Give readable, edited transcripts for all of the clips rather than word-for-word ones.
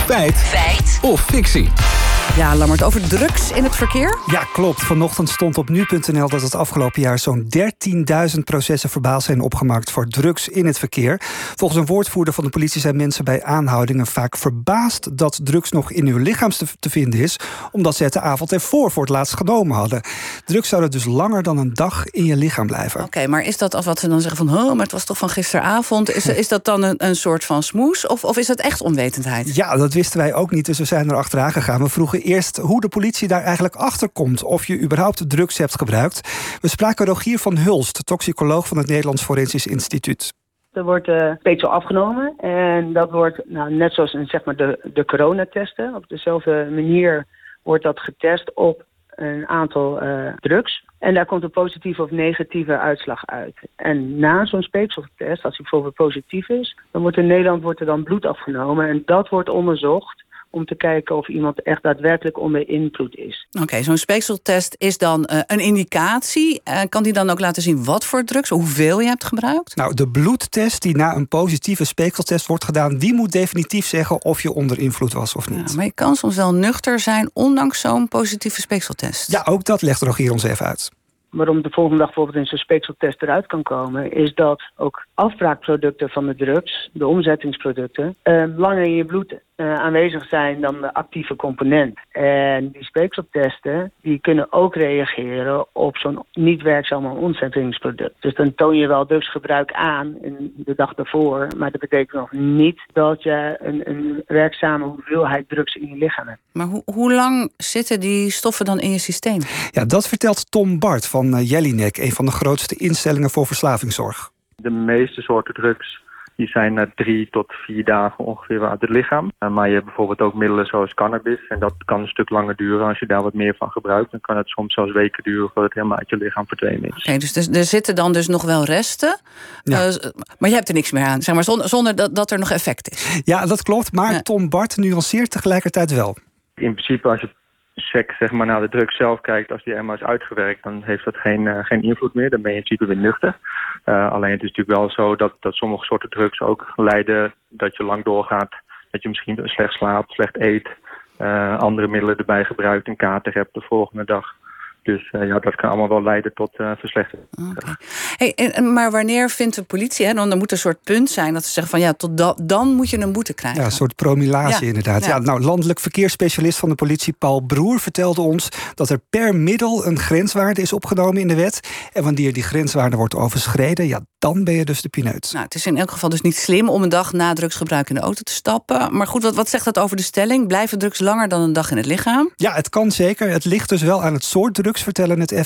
Feit of fictie? Ja, Lammert, over drugs in het verkeer? Ja, klopt. Vanochtend stond op nu.nl dat het afgelopen jaar zo'n 13.000 processen verbaal zijn opgemaakt voor drugs in het verkeer. Volgens een woordvoerder van de politie zijn mensen bij aanhoudingen vaak verbaasd dat drugs nog in hun lichaam te vinden is, omdat ze het de avond ervoor voor het laatst genomen hadden. Drugs zouden dus langer dan een dag in je lichaam blijven. Oké, maar is dat als wat ze dan zeggen van, maar het was toch van gisteravond? Is dat dan een soort van smoes? Of is dat echt onwetendheid? Ja, dat wisten wij ook niet, dus we zijn er achteraan gegaan. We vroegen eerst hoe de politie daar eigenlijk achter komt of je überhaupt drugs hebt gebruikt. We spraken Rogier van Hulst, toxicoloog van het Nederlands Forensisch Instituut. Er wordt speeksel afgenomen en dat wordt net zoals de coronatesten. Op dezelfde manier wordt dat getest op een aantal drugs. En daar komt een positieve of negatieve uitslag uit. En na zo'n speekseltest, als die bijvoorbeeld positief is, dan wordt in Nederland dan bloed afgenomen en dat wordt onderzocht om te kijken of iemand echt daadwerkelijk onder invloed is. Oké, zo'n speekseltest is dan een indicatie. Kan die dan ook laten zien wat voor drugs, hoeveel je hebt gebruikt? Nou, de bloedtest die na een positieve speekseltest wordt gedaan, die moet definitief zeggen of je onder invloed was of niet. Ja, maar je kan soms wel nuchter zijn, ondanks zo'n positieve speekseltest. Ja, ook dat legt Rogier ons even uit. Waarom de volgende dag bijvoorbeeld in zo'n speekseltest eruit kan komen, is dat ook afbraakproducten van de drugs, de omzettingsproducten, langer in je bloed aanwezig zijn dan de actieve component. En die speekseltesten die kunnen ook reageren op zo'n niet werkzame omzettingsproduct. Dus dan toon je wel drugsgebruik aan in de dag daarvoor, maar dat betekent nog niet dat je een werkzame hoeveelheid drugs in je lichaam hebt. Maar hoe lang zitten die stoffen dan in je systeem? Ja, dat vertelt Tom Bart van Jelinek, een van de grootste instellingen voor verslavingszorg. De meeste soorten drugs die zijn na 3 tot 4 dagen ongeveer uit het lichaam. Maar je hebt bijvoorbeeld ook middelen zoals cannabis. En dat kan een stuk langer duren. Als je daar wat meer van gebruikt, dan kan het soms zelfs weken duren voordat het helemaal uit je lichaam verdwenen is. Oké, dus er zitten dan dus nog wel resten. Ja. Maar je hebt er niks meer aan, zeg maar, zonder dat er nog effect is. Ja, dat klopt. Maar ja. Tom Bart nuanceert tegelijkertijd wel. In principe, als je sec naar de drugs zelf kijkt, als die eenmaal is uitgewerkt, dan heeft dat geen invloed meer. Dan ben je in principe weer nuchter. Alleen het is natuurlijk wel zo dat sommige soorten drugs ook leiden dat je lang doorgaat, dat je misschien slecht slaapt, slecht eet, andere middelen erbij gebruikt en kater hebt de volgende dag. Dus dat kan allemaal wel leiden tot verslechtering. Okay. Hey, maar wanneer vindt de politie, dan moet een soort punt zijn dat ze zeggen van tot dan moet je een boete krijgen. Ja, een soort promillage inderdaad. Ja. Nou, landelijk verkeersspecialist van de politie Paul Broer vertelde ons dat er per middel een grenswaarde is opgenomen in de wet. En wanneer die grenswaarde wordt overschreden, dan ben je dus de pineut. Nou, het is in elk geval dus niet slim om een dag na drugsgebruik in de auto te stappen. Maar goed, wat zegt dat over de stelling? Blijven drugs langer dan een dag in het lichaam? Ja, het kan zeker. Het ligt dus wel aan het soort drugs, vertellen het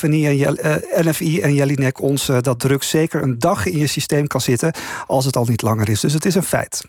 NFI en Jelinek ons dat drugs zeker een dag in je systeem kan zitten als het al niet langer is. Dus het is een feit.